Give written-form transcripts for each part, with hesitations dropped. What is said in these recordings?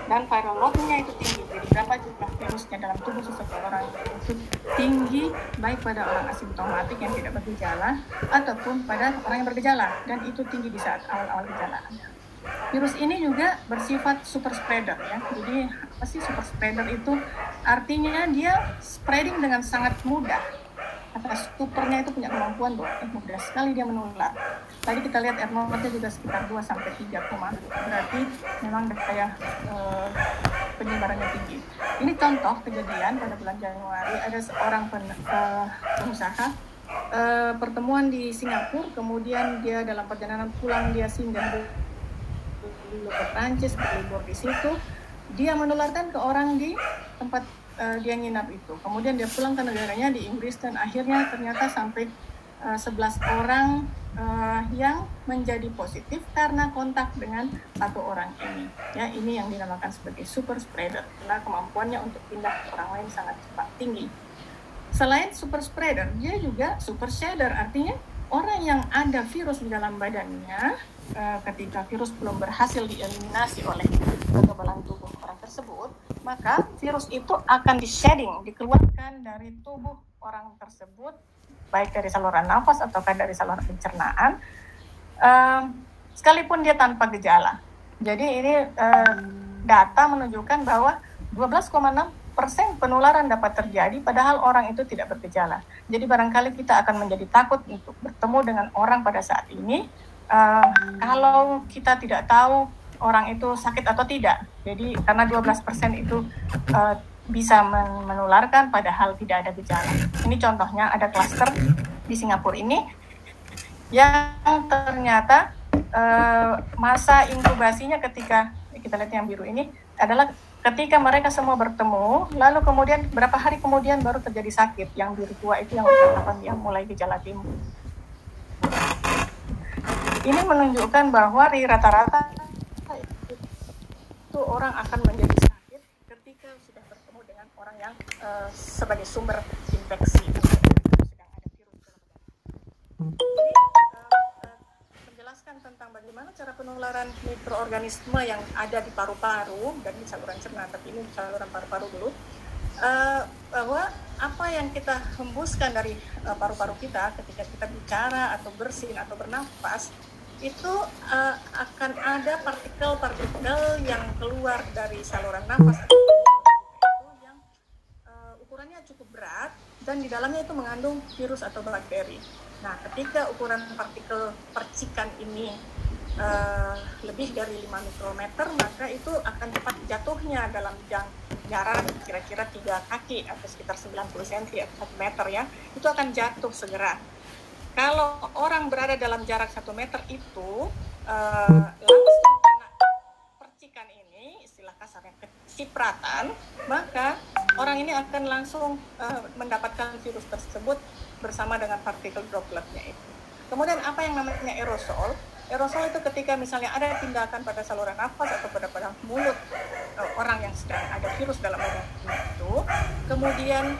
dan viral load-nya itu tinggi. Jadi berapa jumlah virusnya dalam tubuh seseorang itu tinggi, baik pada orang asimptomatik yang tidak bergejala ataupun pada orang yang bergejala, dan itu tinggi di saat awal-awal gejala. Virus ini juga bersifat super spreader ya. Jadi apa sih super spreader itu? Artinya dia spreading dengan sangat mudah. Kata supernya itu punya kemampuan mudah sekali dia menular. Tadi kita lihat R0-nya juga sekitar 2-3, berarti memang daya penyebarannya tinggi. Ini contoh kejadian pada bulan Januari, ada seorang pengusaha pertemuan di Singapura, kemudian dia dalam perjalanan pulang dia singgah dulu ke Prancis, berlibur di situ, dia menularkan ke orang di tempat dia nginap itu. Kemudian dia pulang ke negaranya di Inggris, dan akhirnya ternyata sampai 11 orang yang menjadi positif karena kontak dengan satu orang ini. Ya, ini yang dinamakan sebagai super spreader, karena kemampuannya untuk pindah ke orang lain sangat cepat, tinggi. Selain super spreader, dia juga super sheddar, artinya orang yang ada virus di dalam badannya, ketika virus belum berhasil dieliminasi oleh kekebalan tubuh orang tersebut, maka virus itu akan di-shedding, dikeluarkan dari tubuh orang tersebut, baik dari saluran nafas ataukah dari saluran pencernaan, sekalipun dia tanpa gejala. Jadi ini data menunjukkan bahwa 12,6% penularan dapat terjadi padahal orang itu tidak bergejala. Jadi barangkali kita akan menjadi takut untuk bertemu dengan orang pada saat ini kalau kita tidak tahu orang itu sakit atau tidak. Jadi karena 12% itu bisa menularkan padahal tidak ada gejala. Ini contohnya ada klaster di Singapura ini yang ternyata masa inkubasinya ketika kita lihat yang biru ini adalah ketika mereka semua bertemu, lalu kemudian berapa hari kemudian baru terjadi sakit. Yang biru tua itu yang mulai gejala timbul. Ini menunjukkan bahwa di rata-rata itu orang akan menjadi sakit ketika sudah bertemu dengan orang yang sebagai sumber infeksi, sedang ada virus dalam badan. Ini menjelaskan tentang bagaimana cara penularan mikroorganisme yang ada di paru-paru dan di saluran cerna, tapi ini di saluran paru-paru dulu. Bahwa apa yang kita hembuskan dari paru-paru kita ketika kita bicara atau bersin atau bernafas itu akan ada partikel-partikel yang keluar dari saluran nafas itu yang ukurannya cukup berat dan di dalamnya itu mengandung virus atau bakteri. Nah, ketika ukuran partikel percikan ini lebih dari 5 mikrometer, maka itu akan cepat jatuhnya dalam jarak kira-kira 3 kaki atau sekitar 90 cm atau 1 meter ya, itu akan jatuh segera. Kalau orang berada dalam jarak 1 meter itu langsung kena percikan ini, istilah kasarnya kecipratan, maka orang ini akan langsung mendapatkan virus tersebut bersama dengan partikel dropletnya itu. Kemudian apa yang namanya aerosol? Aerosol itu ketika misalnya ada tindakan pada saluran nafas atau pada mulut orang yang sedang ada virus dalam badan itu, kemudian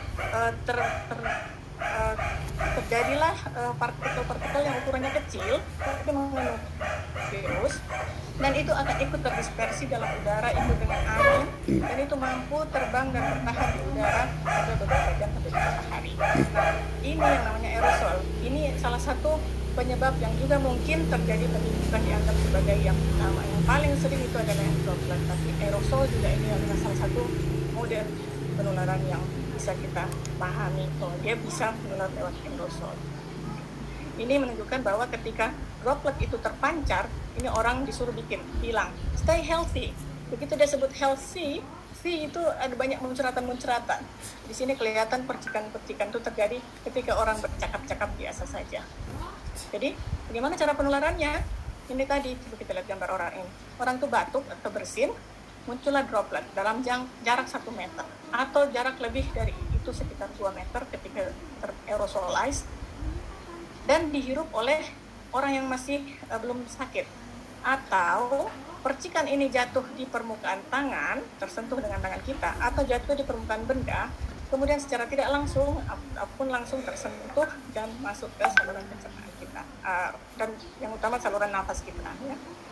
terjadilah partikel-partikel yang ukurannya kecil tapi mengandung virus, dan itu akan ikut terdispersi dalam udara, ikut dengan angin, dan itu mampu terbang dan bertahan di udara pada beberapa jam atau beberapa hari. Nah, ini yang namanya aerosol. Ini salah satu penyebab yang juga mungkin terjadi, tapi bukan dianggap sebagai yang utama. Yang paling sering itu adalah droplet, tapi aerosol juga ini adalah salah satu mode penularan yang bisa kita pahami bahwa dia bisa menular lewat aerosol. Ini menunjukkan bahwa ketika droplet itu terpancar, ini orang disuruh bilang stay healthy. Begitu dia sebut healthy, itu ada banyak munceratan. Di sini kelihatan percikan-percikan itu terjadi ketika orang bercakap-cakap biasa saja. Jadi bagaimana cara penularannya? Ini tadi, coba kita lihat gambar orang ini. Orang itu batuk atau bersin, muncullah droplet dalam jarak 1 meter atau jarak lebih dari itu sekitar 2 meter ketika ter-aerosolize dan dihirup oleh orang yang masih belum sakit. Atau percikan ini jatuh di permukaan tangan, tersentuh dengan tangan kita, atau jatuh di permukaan benda, kemudian secara tidak langsung ataupun langsung tersentuh dan masuk ke saluran pencernaan kita, dan yang utama saluran nafas kita ya.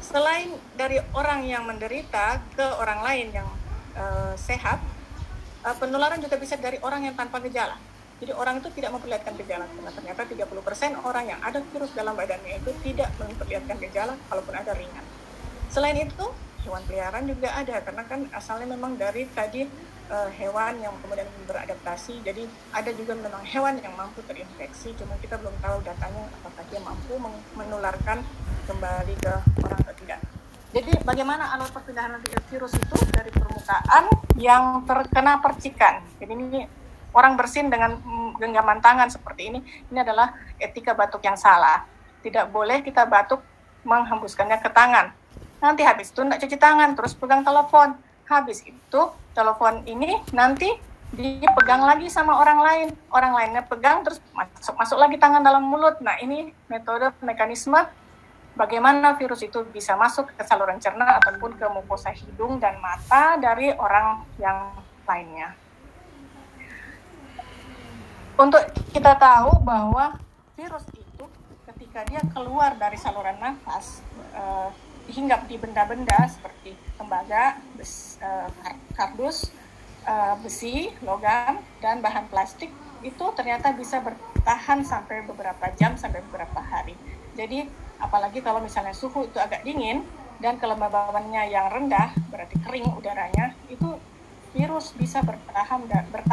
selain dari orang yang menderita ke orang lain yang sehat, penularan juga bisa dari orang yang tanpa gejala. Jadi orang itu tidak memperlihatkan gejala, karena ternyata 30% orang yang ada virus dalam badannya itu tidak memperlihatkan gejala, kalaupun ada ringan. Selain itu, hewan peliharaan juga ada, karena kan asalnya memang dari tadi hewan yang kemudian beradaptasi, jadi ada juga memang hewan yang mampu terinfeksi, cuma kita belum tahu datanya apakah dia mampu menularkan kembali ke orang atau tidak. Jadi bagaimana alur perpindahan virus itu dari permukaan yang terkena percikan. Jadi ini orang bersin dengan genggaman tangan seperti ini adalah etika batuk yang salah. Tidak boleh kita batuk menghembuskannya ke tangan. Nanti habis itu tidak cuci tangan, terus pegang telepon. Habis itu telepon ini nanti dipegang lagi sama orang lain. Orang lainnya pegang, terus masuk lagi tangan dalam mulut. Nah ini metode mekanisme bagaimana virus itu bisa masuk ke saluran cerna ataupun ke mukosa hidung dan mata dari orang yang lainnya. Untuk kita tahu bahwa virus itu ketika dia keluar dari saluran nafas, hinggap di benda-benda seperti tembaga, kardus, besi, logam, dan bahan plastik, itu ternyata bisa bertahan sampai beberapa jam, sampai beberapa hari. Jadi apalagi kalau misalnya suhu itu agak dingin dan kelembabannya yang rendah, berarti kering udaranya, itu virus bisa bertahan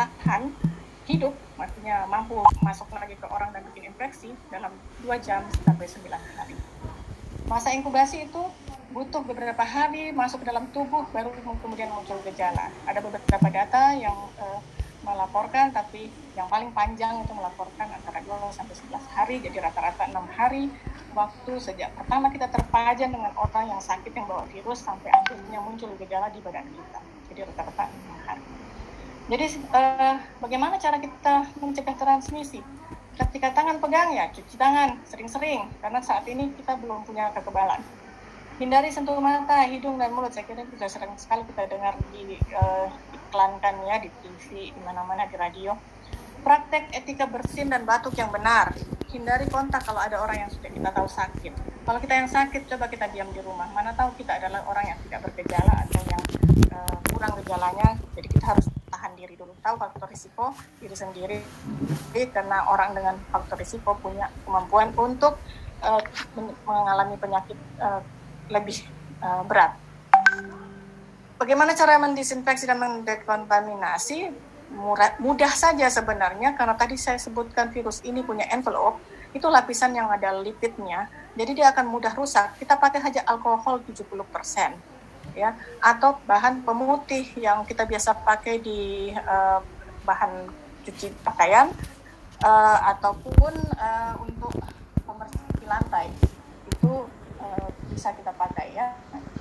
hidup, artinya mampu masuk lagi ke orang dan bikin infeksi dalam 2 jam sampai 9 hari. Masa inkubasi itu butuh beberapa hari masuk ke dalam tubuh baru kemudian muncul gejala. Ada beberapa data yang melaporkan, tapi yang paling panjang itu melaporkan antara 2 sampai 11 hari, jadi rata-rata 6 hari waktu sejak pertama kita terpajan dengan orang yang sakit yang bawa virus sampai akhirnya muncul gejala di badan kita. Jadi rata-rata 6 hari. Jadi bagaimana cara kita mencegah transmisi? Ketika tangan pegang ya cuci tangan sering-sering, karena saat ini kita belum punya kekebalan. Hindari sentuh mata, hidung, dan mulut. Saya kira sudah sering sekali kita dengar di iklankan ya, di TV, di mana-mana, di radio. Praktek etika bersin dan batuk yang benar. Hindari kontak kalau ada orang yang sudah kita tahu sakit. Kalau kita yang sakit, coba kita diam di rumah. Mana tahu kita adalah orang yang tidak bergejala atau yang kurang gejalanya, jadi kita harus tahan diri dulu. Tahu faktor risiko diri sendiri, karena orang dengan faktor risiko punya kemampuan untuk mengalami penyakit lebih berat. Bagaimana cara mendisinfeksi dan mendekontaminasi? Mudah saja sebenarnya, karena tadi saya sebutkan virus ini punya envelope, itu lapisan yang ada lipidnya, jadi dia akan mudah rusak. Kita pakai saja alkohol 70%. Ya, atau bahan pemutih yang kita biasa pakai di bahan cuci pakaian, ataupun untuk pembersih lantai, itu bisa kita pakai ya.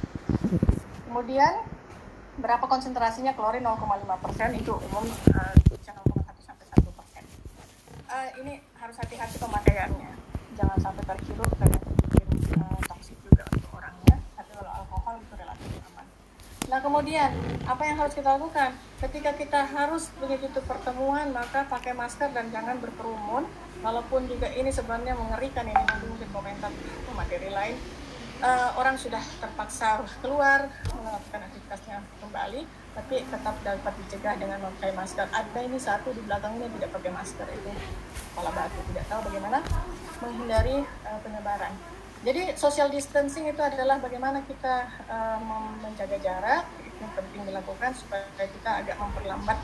Kemudian berapa konsentrasinya klorin 0,5%, itu umum bisa 0,1 sampai 1%. Ini harus hati-hati pemakaiannya, jangan sampai terhirup dan bikin toksik juga untuk orangnya. Tapi kalau alkohol itu relatif aman. Nah kemudian apa yang harus kita lakukan ketika kita harus begitu pertemuan? Maka pakai masker dan jangan berkerumun. Walaupun juga ini sebenarnya mengerikan, ini nanti mungkin komentar materi lain. Orang sudah terpaksa keluar melakukan aktivitasnya kembali, tapi tetap dapat dicegah dengan memakai masker. Ada ini satu di belakangnya tidak pakai masker, itu kepala batu, tidak tahu bagaimana menghindari penyebaran. Jadi social distancing itu adalah bagaimana kita menjaga jarak, itu penting dilakukan supaya kita agak memperlambat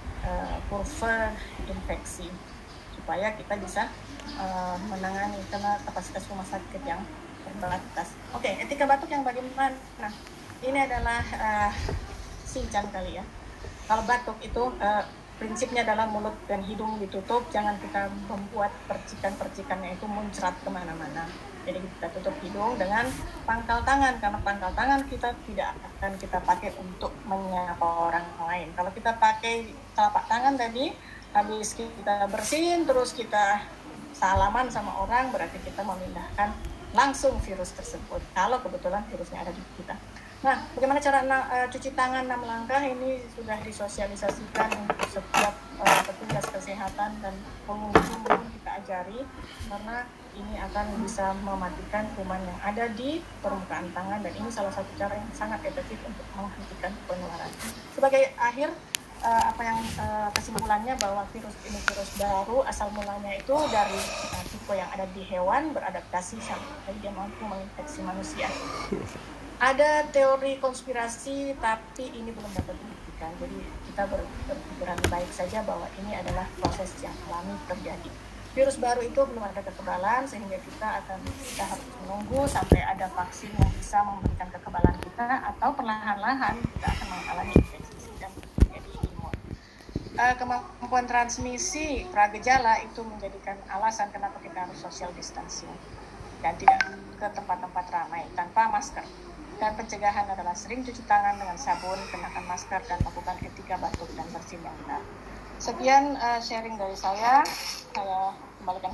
kurva infeksi, supaya kita bisa menangani, karena kapasitas rumah sakit yang terbatas. Oke, etika batuk yang bagaimana? Nah, ini adalah Sinchan kali ya. Kalau batuk itu prinsipnya adalah mulut dan hidung ditutup, jangan kita membuat percikan-percikannya itu muncrat kemana-mana. Jadi kita tutup hidung dengan pangkal tangan, karena pangkal tangan kita tidak akan kita pakai untuk menyapa orang lain. Kalau kita pakai telapak tangan tadi, habis kita bersihin, terus kita salaman sama orang, berarti kita memindahkan langsung virus tersebut, kalau kebetulan virusnya ada di kita. Nah, bagaimana cara cuci tangan 6 langkah ini sudah disosialisasikan untuk setiap petugas kesehatan dan pengunjung. Kita kita ajari, karena ini akan bisa mematikan kuman yang ada di permukaan tangan, dan ini salah satu cara yang sangat efektif untuk menghentikan penularan. Sebagai akhir, kesimpulannya bahwa virus ini virus baru, asal mulanya itu dari tipe yang ada di hewan beradaptasi sampai dia mampu menginfeksi manusia. Ada teori konspirasi, tapi ini belum dapat dibuktikan. Jadi kita berpikiran baik saja bahwa ini adalah proses yang alami terjadi. Virus baru itu belum ada kekebalan, sehingga kita harus menunggu sampai ada vaksin yang bisa memberikan kekebalan kita, atau perlahan-lahan kita akan mengalami infeksi dan menjadi imun. Kemampuan transmisi pragejala itu menjadikan alasan kenapa kita harus social distancing dan tidak ke tempat-tempat ramai tanpa masker. Dan pencegahan adalah sering cuci tangan dengan sabun, kenakan masker, dan lakukan etika batuk dan bersin yang benar. Sekian sharing dari saya kembalikan